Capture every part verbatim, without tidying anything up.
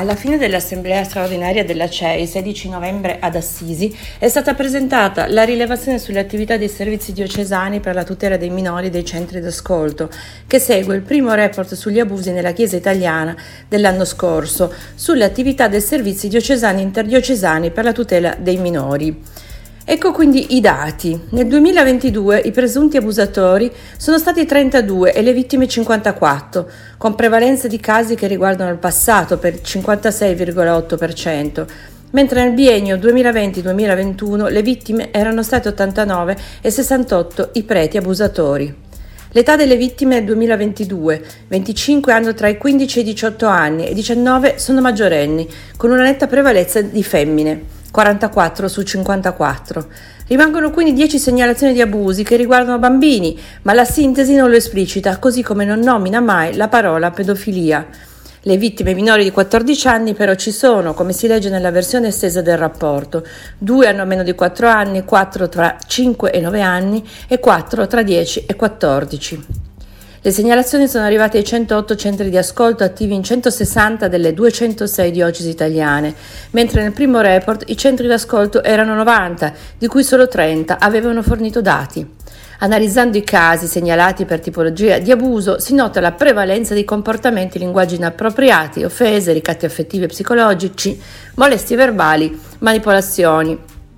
Alla fine dell'assemblea straordinaria della C E I, sedici novembre ad Assisi, è stata presentata la rilevazione sulle attività dei servizi diocesani per la tutela dei minori dei centri d'ascolto, che segue il primo report sugli abusi nella Chiesa italiana dell'anno scorso, sulle attività dei servizi diocesani e interdiocesani per la tutela dei minori. Ecco quindi i dati. Nel duemilaventidue i presunti abusatori sono stati trentadue e le vittime cinquantaquattro, con prevalenza di casi che riguardano il passato per il cinquantasei virgola otto per cento, mentre nel biennio duemilaventi duemilaventuno le vittime erano state ottantanove e sessantotto i preti abusatori. L'età delle vittime nel duemilaventidue, venticinque hanno tra i quindici e i diciotto anni e diciannove sono maggiorenni, con una netta prevalenza di femmine, quarantaquattro su cinquantaquattro. Rimangono quindi dieci segnalazioni di abusi che riguardano bambini, ma la sintesi non lo esplicita, così come non nomina mai la parola pedofilia. Le vittime minori di quattordici anni però ci sono, come si legge nella versione estesa del rapporto. Due hanno meno di quattro anni, quattro tra cinque e nove anni e quattro tra dieci e quattordici. Le segnalazioni sono arrivate ai centootto centri di ascolto attivi in centosessanta delle duecentosei diocesi italiane, mentre nel primo report i centri d'ascolto erano novanta, di cui solo trenta avevano fornito dati. Analizzando i casi segnalati per tipologia di abuso, si nota la prevalenza di comportamenti e linguaggi inappropriati, offese, ricatti affettivi e psicologici, molestie verbali, manipolazioni.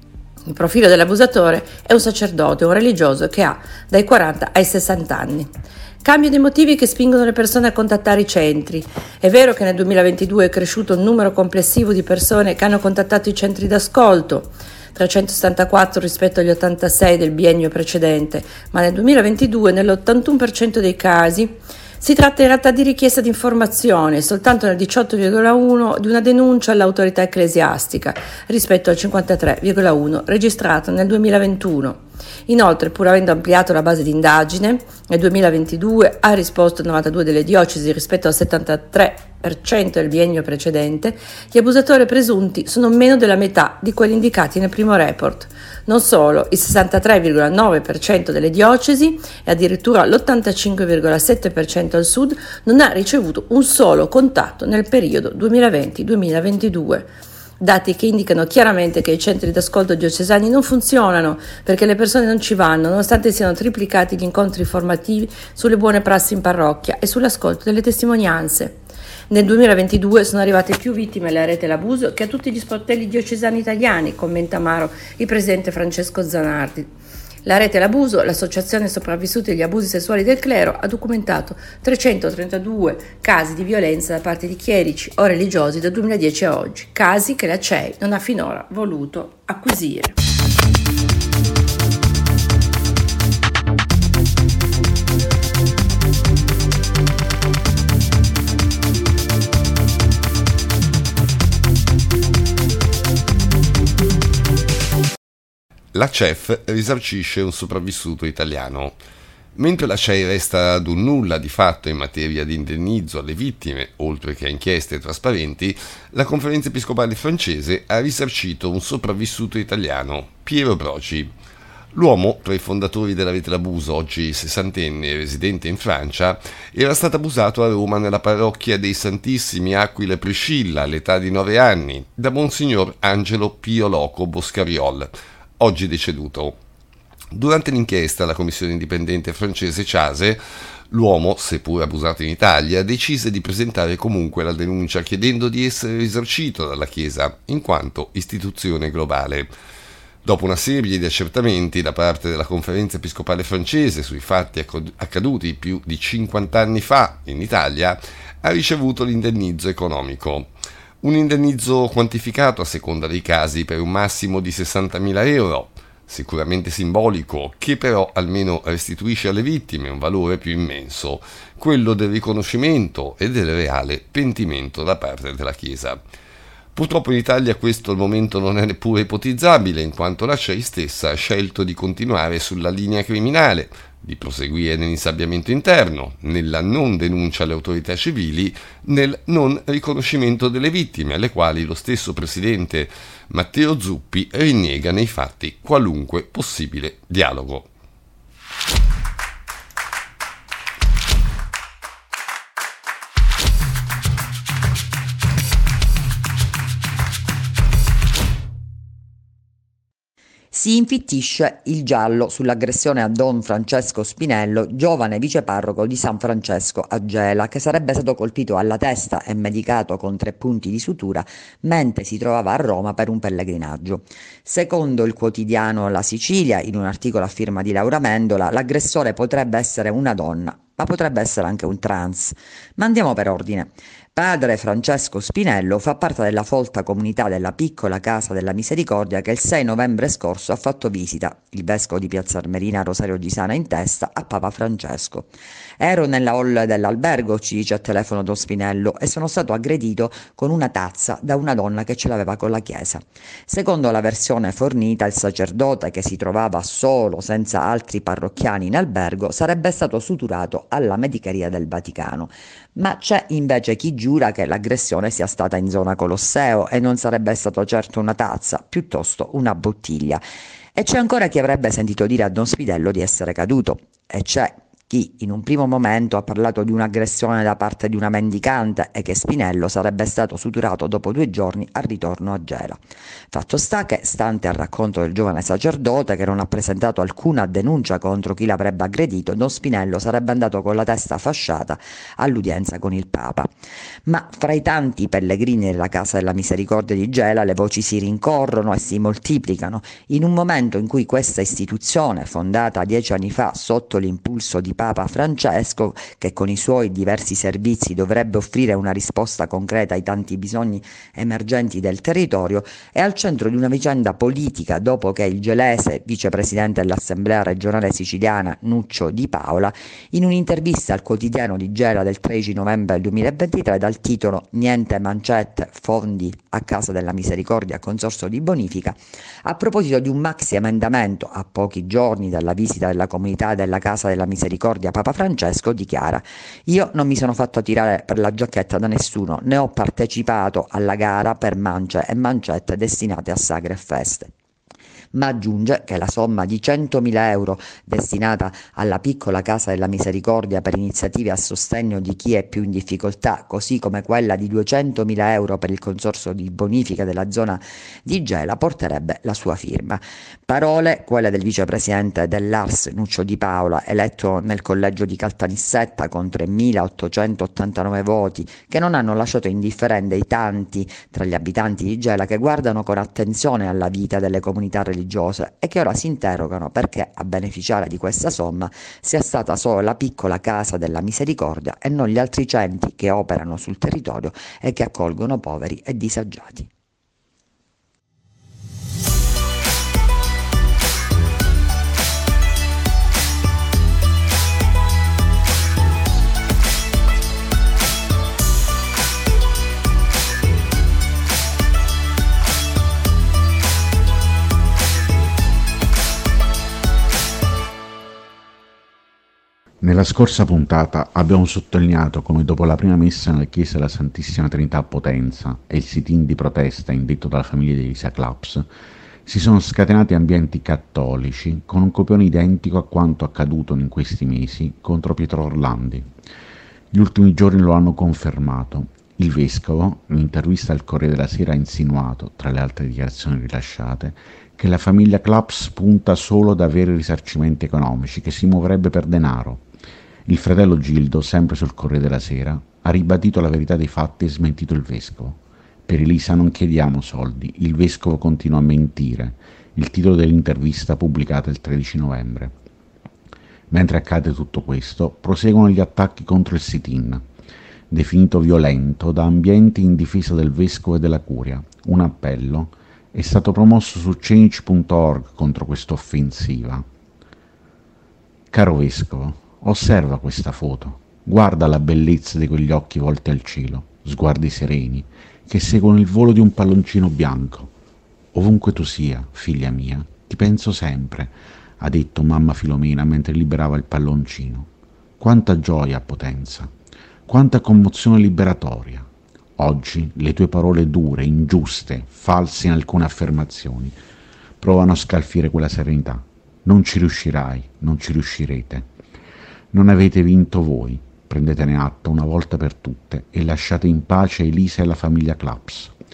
Il profilo dell'abusatore è un sacerdote, un religioso che ha dai quaranta ai sessanta anni. Cambio dei motivi che spingono le persone a contattare i centri. È vero che nel duemilaventidue è cresciuto il numero complessivo di persone che hanno contattato i centri d'ascolto, trecentosettantaquattro rispetto agli ottantasei del biennio precedente, ma nel duemilaventidue nell'ottantuno per cento dei casi si tratta in realtà di richiesta di informazione, soltanto nel diciotto virgola uno di una denuncia all'autorità ecclesiastica, rispetto al cinquantatré virgola uno registrato nel duemilaventuno. Inoltre, pur avendo ampliato la base di indagine, nel duemilaventidue ha risposto novantadue delle diocesi rispetto al settantatré per cento del biennio precedente, gli abusatori presunti sono meno della metà di quelli indicati nel primo report. Non solo, il sessantatré virgola nove per cento delle diocesi e addirittura l'ottantacinque virgola sette per cento al sud non ha ricevuto un solo contatto nel periodo duemilaventi duemilaventidue. Dati che indicano chiaramente che i centri d'ascolto diocesani non funzionano perché le persone non ci vanno, nonostante siano triplicati gli incontri formativi sulle buone prassi in parrocchia e sull'ascolto delle testimonianze. Nel duemilaventidue sono arrivate più vittime alla rete l'abuso che a tutti gli sportelli diocesani italiani, commenta amaro il presidente Francesco Zanardi. La rete l'abuso, l'associazione sopravvissuti agli abusi sessuali del clero, ha documentato trecentotrentadue casi di violenza da parte di chierici o religiosi dal duemiladieci a oggi, casi che la C E I non ha finora voluto acquisire. La C E F risarcisce un sopravvissuto italiano. Mentre la C E I resta ad un nulla di fatto in materia di indennizzo alle vittime, oltre che a inchieste trasparenti, la Conferenza Episcopale francese ha risarcito un sopravvissuto italiano, Piero Broci. L'uomo, tra i fondatori della rete l'abuso, oggi sessantenne e residente in Francia, era stato abusato a Roma nella parrocchia dei Santissimi Aquila e Priscilla all'età di nove anni da Monsignor Angelo Pio Loco Boscariol, oggi deceduto. Durante l'inchiesta alla commissione indipendente francese C A S E, l'uomo, seppur abusato in Italia, decise di presentare comunque la denuncia chiedendo di essere risarcito dalla Chiesa, in quanto istituzione globale. Dopo una serie di accertamenti da parte della Conferenza Episcopale francese sui fatti accaduti più di cinquanta anni fa in Italia, ha ricevuto l'indennizzo economico. Un indennizzo quantificato a seconda dei casi per un massimo di sessantamila euro, sicuramente simbolico, che però almeno restituisce alle vittime un valore più immenso, quello del riconoscimento e del reale pentimento da parte della Chiesa. Purtroppo in Italia questo al momento non è neppure ipotizzabile, in quanto la C E I stessa ha scelto di continuare sulla linea criminale, di proseguire nell'insabbiamento interno, nella non denuncia alle autorità civili, nel non riconoscimento delle vittime, alle quali lo stesso presidente Matteo Zuppi rinnega nei fatti qualunque possibile dialogo. Si infittisce il giallo sull'aggressione a Don Francesco Spinello, giovane viceparroco di San Francesco a Gela, che sarebbe stato colpito alla testa e medicato con tre punti di sutura mentre si trovava a Roma per un pellegrinaggio. Secondo il quotidiano La Sicilia, in un articolo a firma di Laura Mendola, l'aggressore potrebbe essere una donna, ma potrebbe essere anche un trans. Ma andiamo per ordine. Padre Francesco Spinello fa parte della folta comunità della piccola Casa della Misericordia che il sei novembre scorso ha fatto visita, il vescovo di Piazza Armerina Rosario Gisana in testa, a Papa Francesco. Ero nella hall dell'albergo, ci dice al telefono Don Spinello, e sono stato aggredito con una tazza da una donna che ce l'aveva con la chiesa. Secondo la versione fornita, il sacerdote, che si trovava solo senza altri parrocchiani in albergo, sarebbe stato suturato alla medicheria del Vaticano. Ma c'è invece chi giura che l'aggressione sia stata in zona Colosseo e non sarebbe stato certo una tazza, piuttosto una bottiglia. E c'è ancora chi avrebbe sentito dire a Don Spinello di essere caduto. E c'è chi in un primo momento ha parlato di un'aggressione da parte di una mendicante e che Spinello sarebbe stato suturato dopo due giorni al ritorno a Gela. Fatto sta che, stante al racconto del giovane sacerdote che non ha presentato alcuna denuncia contro chi l'avrebbe aggredito, Don Spinello sarebbe andato con la testa fasciata all'udienza con il Papa. Ma fra i tanti pellegrini della Casa della Misericordia di Gela le voci si rincorrono e si moltiplicano in un momento in cui questa istituzione, fondata dieci anni fa sotto l'impulso di Papa Francesco, che con i suoi diversi servizi dovrebbe offrire una risposta concreta ai tanti bisogni emergenti del territorio, è al centro di una vicenda politica dopo che il gelese vicepresidente dell'Assemblea regionale siciliana Nuccio Di Paola, in un'intervista al quotidiano di Gela del tredici novembre duemilaventitré dal titolo "Niente mancette, fondi a Casa della Misericordia, consorzio di bonifica", a proposito di un maxi emendamento a pochi giorni dalla visita della comunità della Casa della Misericordia Papa Francesco, dichiara: "Io non mi sono fatto tirare per la giacchetta da nessuno, né ho partecipato alla gara per mance e mancette destinate a sagre e feste". Ma aggiunge che la somma di centomila euro destinata alla piccola Casa della Misericordia per iniziative a sostegno di chi è più in difficoltà, così come quella di duecentomila euro per il consorzio di bonifica della zona di Gela, porterebbe la sua firma. Parole, quelle del vicepresidente dell'A R S Nuccio Di Paola, eletto nel collegio di Caltanissetta con tremilaottocentottantanove voti, che non hanno lasciato indifferente i tanti tra gli abitanti di Gela che guardano con attenzione alla vita delle comunità religiose e che ora si interrogano perché a beneficiare di questa somma sia stata solo la piccola Casa della Misericordia e non gli altri centri che operano sul territorio e che accolgono poveri e disagiati. Nella scorsa puntata abbiamo sottolineato come dopo la prima messa nella chiesa della Santissima Trinità a Potenza e il sit-in di protesta indetto dalla famiglia di Elisa Claps, si sono scatenati ambienti cattolici con un copione identico a quanto accaduto in questi mesi contro Pietro Orlandi. Gli ultimi giorni lo hanno confermato. Il vescovo, in un'intervista al Corriere della Sera, ha insinuato, tra le altre dichiarazioni rilasciate, che la famiglia Claps punta solo ad avere risarcimenti economici, che si muoverebbe per denaro. Il fratello Gildo, sempre sul Corriere della Sera, ha ribadito la verità dei fatti e smentito il vescovo. Per Elisa non chiediamo soldi, il vescovo continua a mentire, il titolo dell'intervista pubblicata il tredici novembre. Mentre accade tutto questo, proseguono gli attacchi contro il sit-in, definito violento da ambienti in difesa del vescovo e della curia. Un appello è stato promosso su change punto org contro questa offensiva. Caro vescovo, osserva questa foto, guarda la bellezza di quegli occhi volti al cielo, sguardi sereni, che seguono il volo di un palloncino bianco. Ovunque tu sia, figlia mia, ti penso sempre, ha detto mamma Filomena mentre liberava il palloncino. Quanta gioia a Potenza, quanta commozione liberatoria. Oggi le tue parole dure, ingiuste, false in alcune affermazioni, provano a scalfire quella serenità. Non ci riuscirai, non ci riuscirete. Non avete vinto voi, prendetene atto una volta per tutte e lasciate in pace Elisa e la famiglia Claps.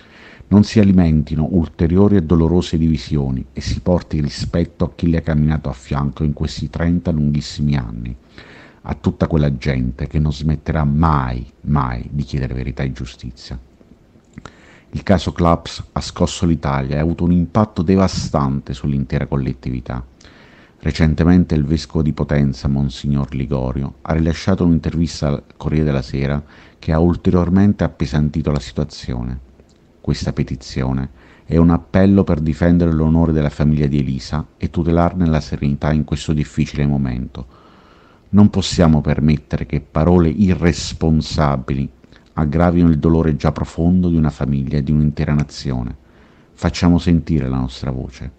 non si alimentino ulteriori e dolorose divisioni e si porti rispetto a chi le ha camminato a fianco in questi trenta lunghissimi anni, a tutta quella gente che non smetterà mai, mai di chiedere verità e giustizia. Il caso Claps ha scosso l'Italia e ha avuto un impatto devastante sull'intera collettività. Recentemente il vescovo di Potenza, Monsignor Ligorio, ha rilasciato un'intervista al Corriere della Sera che ha ulteriormente appesantito la situazione. Questa petizione è un appello per difendere l'onore della famiglia di Elisa e tutelarne la serenità in questo difficile momento. Non possiamo permettere che parole irresponsabili aggravino il dolore già profondo di una famiglia e di un'intera nazione. Facciamo sentire la nostra voce.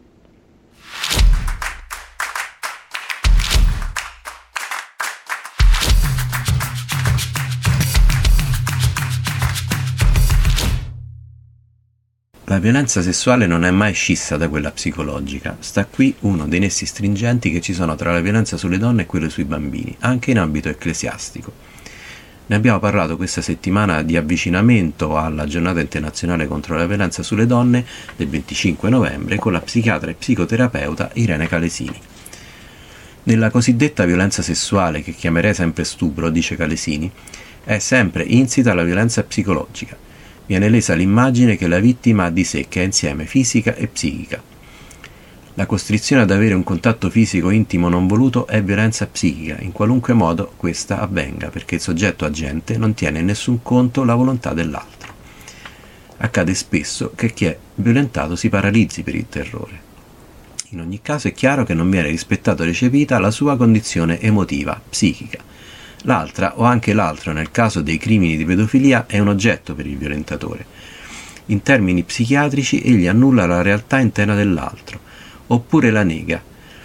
La violenza sessuale non è mai scissa da quella psicologica. Sta qui uno dei nessi stringenti che ci sono tra la violenza sulle donne e quella sui bambini, anche in ambito ecclesiastico. Ne abbiamo parlato questa settimana di avvicinamento alla giornata internazionale contro la violenza sulle donne del venticinque novembre con la psichiatra e psicoterapeuta Irene Calesini. Nella cosiddetta violenza sessuale, che chiamerei sempre stupro, dice Calesini, è sempre insita la violenza psicologica. Viene lesa l'immagine che la vittima ha di sé, che è insieme fisica e psichica. La costrizione ad avere un contatto fisico intimo non voluto è violenza psichica, in qualunque modo questa avvenga, perché il soggetto agente non tiene in nessun conto la volontà dell'altro. Accade spesso che chi è violentato si paralizzi per il terrore. In ogni caso è chiaro che non viene rispettata o recepita la sua condizione emotiva, psichica. L'altra, o anche l'altro nel caso dei crimini di pedofilia, è un oggetto per il violentatore. In termini psichiatrici egli annulla la realtà interna dell'altro, oppure la nega.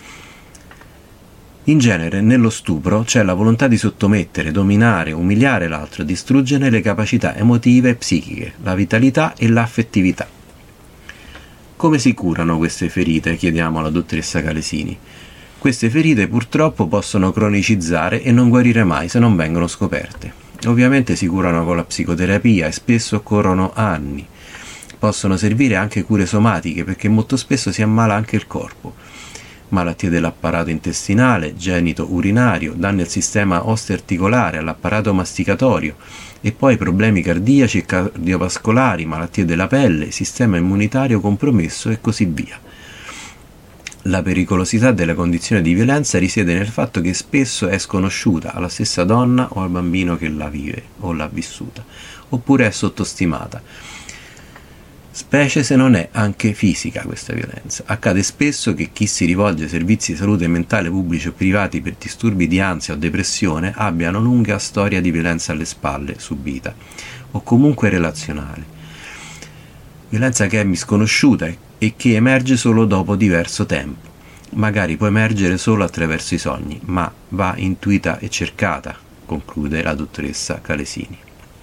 In genere nello stupro c'è la volontà di sottomettere, dominare, umiliare l'altro, distruggere le capacità emotive e psichiche, la vitalità e l'affettività. Come si curano queste ferite? Chiediamo alla dottoressa Calesini. Queste ferite purtroppo possono cronicizzare e non guarire mai se non vengono scoperte. Ovviamente si curano con la psicoterapia e spesso occorrono anni. Possono servire anche cure somatiche perché molto spesso si ammala anche il corpo. Malattie dell'apparato intestinale, genito-urinario, danni al sistema osteoarticolare, all'apparato masticatorio e poi problemi cardiaci e cardiovascolari, malattie della pelle, sistema immunitario compromesso e così via. La pericolosità della condizione di violenza risiede nel fatto che spesso è sconosciuta alla stessa donna o al bambino che la vive o l'ha vissuta, oppure è sottostimata, specie se non è anche fisica questa violenza. Accade spesso che chi si rivolge ai servizi di salute mentale pubblici o privati per disturbi di ansia o depressione abbia una lunga storia di violenza alle spalle subita, o comunque relazionale. Violenza che è misconosciuta e che emerge solo dopo diverso tempo. Magari può emergere solo attraverso i sogni, ma va intuita e cercata, conclude la dottoressa Calesini.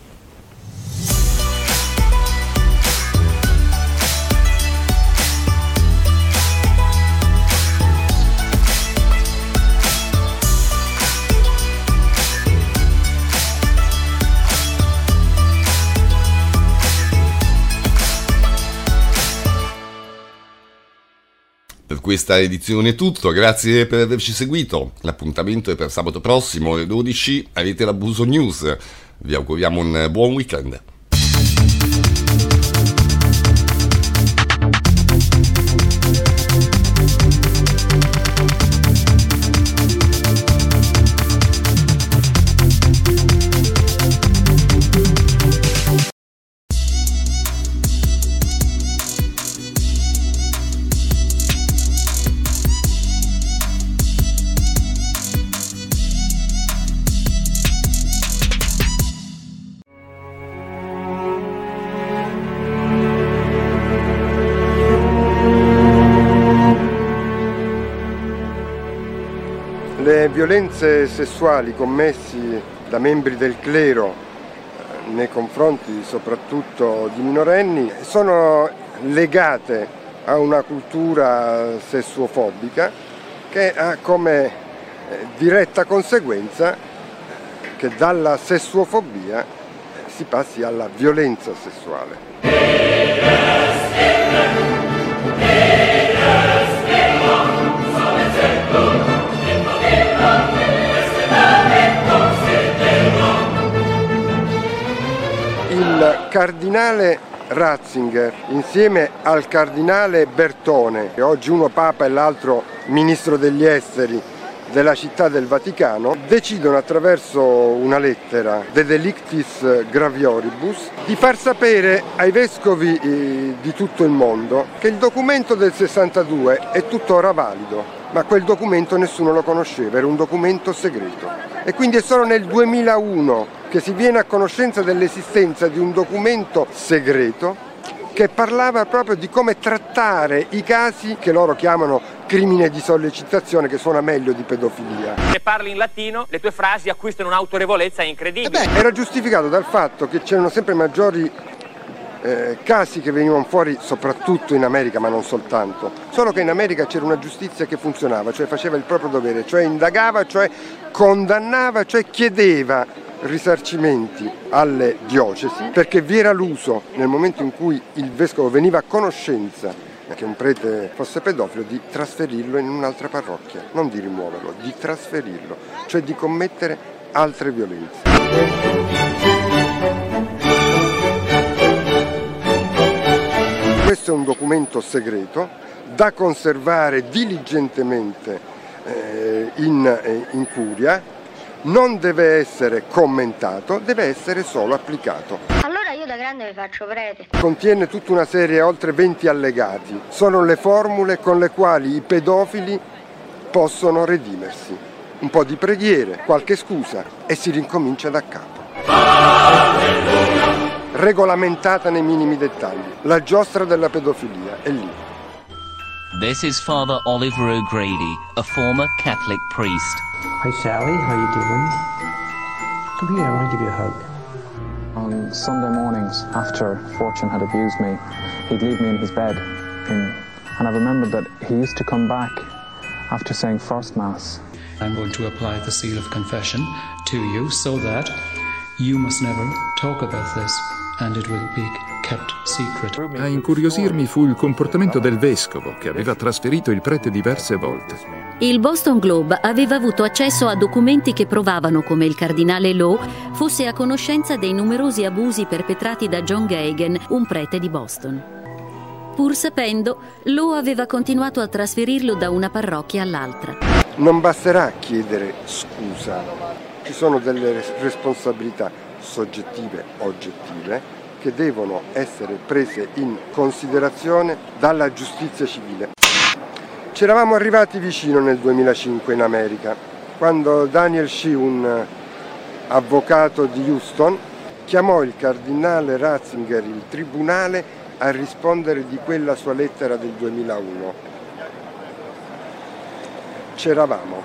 Per questa edizione è tutto, grazie per averci seguito. L'appuntamento è per sabato prossimo alle dodici, avete l'Abuso News. Vi auguriamo un buon weekend. Le violenze sessuali commessi da membri del clero nei confronti soprattutto di minorenni sono legate a una cultura sessuofobica che ha come diretta conseguenza che dalla sessuofobia si passi alla violenza sessuale. Il cardinale Ratzinger, insieme al cardinale Bertone, che oggi uno papa e l'altro ministro degli esteri della città del Vaticano, decidono attraverso una lettera De Delictis Gravioribus di far sapere ai vescovi eh, di tutto il mondo che il documento del sessantadue è tuttora valido, ma quel documento nessuno lo conosceva, era un documento segreto. E quindi è solo nel duemilauno che si viene a conoscenza dell'esistenza di un documento segreto che parlava proprio di come trattare i casi che loro chiamano crimine di sollecitazione, che suona meglio di pedofilia. Se parli in latino, le tue frasi acquistano un'autorevolezza incredibile. Eh beh, era giustificato dal fatto che c'erano sempre maggiori eh, casi che venivano fuori, soprattutto in America, ma non soltanto. Solo che in America c'era una giustizia che funzionava, cioè faceva il proprio dovere, cioè indagava, cioè condannava, cioè chiedeva risarcimenti alle diocesi, perché vi era l'uso, nel momento in cui il vescovo veniva a conoscenza che un prete fosse pedofilo, di trasferirlo in un'altra parrocchia, non di rimuoverlo, di trasferirlo, cioè di commettere altre violenze. Questo è un documento segreto da conservare diligentemente eh, in, eh, in curia. Non deve essere commentato, deve essere solo applicato. Allora io da grande mi faccio prete. Contiene tutta una serie, oltre venti allegati. Sono le formule con le quali i pedofili possono redimersi. Un po' di preghiere, qualche scusa e si rincomincia da capo. Regolamentata nei minimi dettagli. La giostra della pedofilia è lì. This is Father Oliver O'Grady, a former Catholic priest. Hi Sally, how you doing? Come here, I want to give you a hug. On Sunday mornings, after Fortune had abused me, he'd leave me in his bed. In, and I remembered that he used to come back after saying First Mass. I'm going to apply the seal of confession to you so that you must never talk about this and it will be kept secret. A incuriosirmi fu il comportamento del vescovo, che aveva trasferito il prete diverse volte. Il Boston Globe aveva avuto accesso a documenti che provavano come il cardinale Lowe fosse a conoscenza dei numerosi abusi perpetrati da John Geoghegan, un prete di Boston. Pur sapendo, Lowe aveva continuato a trasferirlo da una parrocchia all'altra. Non basterà chiedere scusa, ci sono delle responsabilità soggettive, oggettive, che devono essere prese in considerazione dalla giustizia civile. Ci eravamo arrivati vicino nel duemilacinque in America, quando Daniel Shih, un avvocato di Houston, chiamò il cardinale Ratzinger, il tribunale, a rispondere di quella sua lettera del duemilauno. C'eravamo.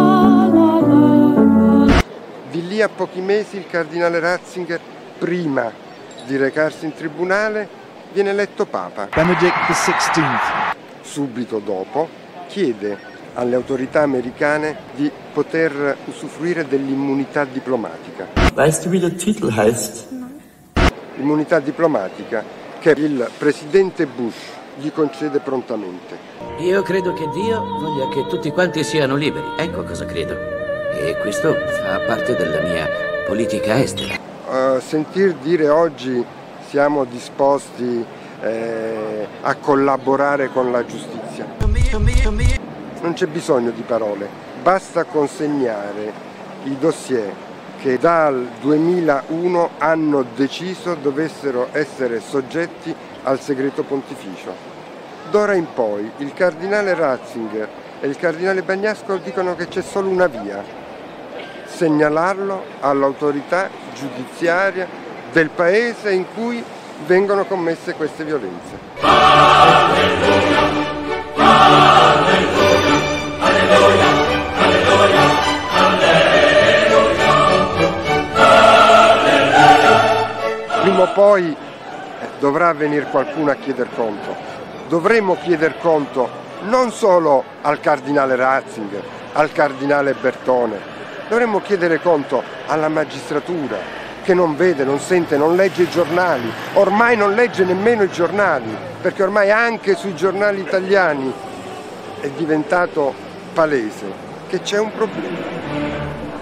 Di lì a pochi mesi il cardinale Ratzinger, prima di recarsi in tribunale, viene eletto papa. Benedict sixteenth. Subito dopo chiede alle autorità americane di poter usufruire dell'immunità diplomatica. Weißt du, wie der Titel heißt? Immunità diplomatica che il presidente Bush gli concede prontamente. Io credo che Dio voglia che tutti quanti siano liberi, ecco cosa credo. E questo fa parte della mia politica estera. Uh, sentir dire oggi siamo disposti eh, a collaborare con la giustizia. Non c'è bisogno di parole, basta consegnare i dossier che dal duemilauno hanno deciso dovessero essere soggetti al segreto pontificio. D'ora in poi il cardinale Ratzinger e il cardinale Bagnasco dicono che c'è solo una via: segnalarlo all'autorità giudiziaria del paese in cui vengono commesse queste violenze. Alleluia, alleluia, alleluia, alleluia, alleluia. Prima o poi eh, dovrà venire qualcuno a chieder conto. Dovremmo chieder conto non solo al cardinale Ratzinger, al cardinale Bertone, dovremmo chiedere conto alla magistratura, che non vede, non sente, non legge i giornali, ormai non legge nemmeno i giornali, perché ormai anche sui giornali italiani è diventato palese che c'è un problema.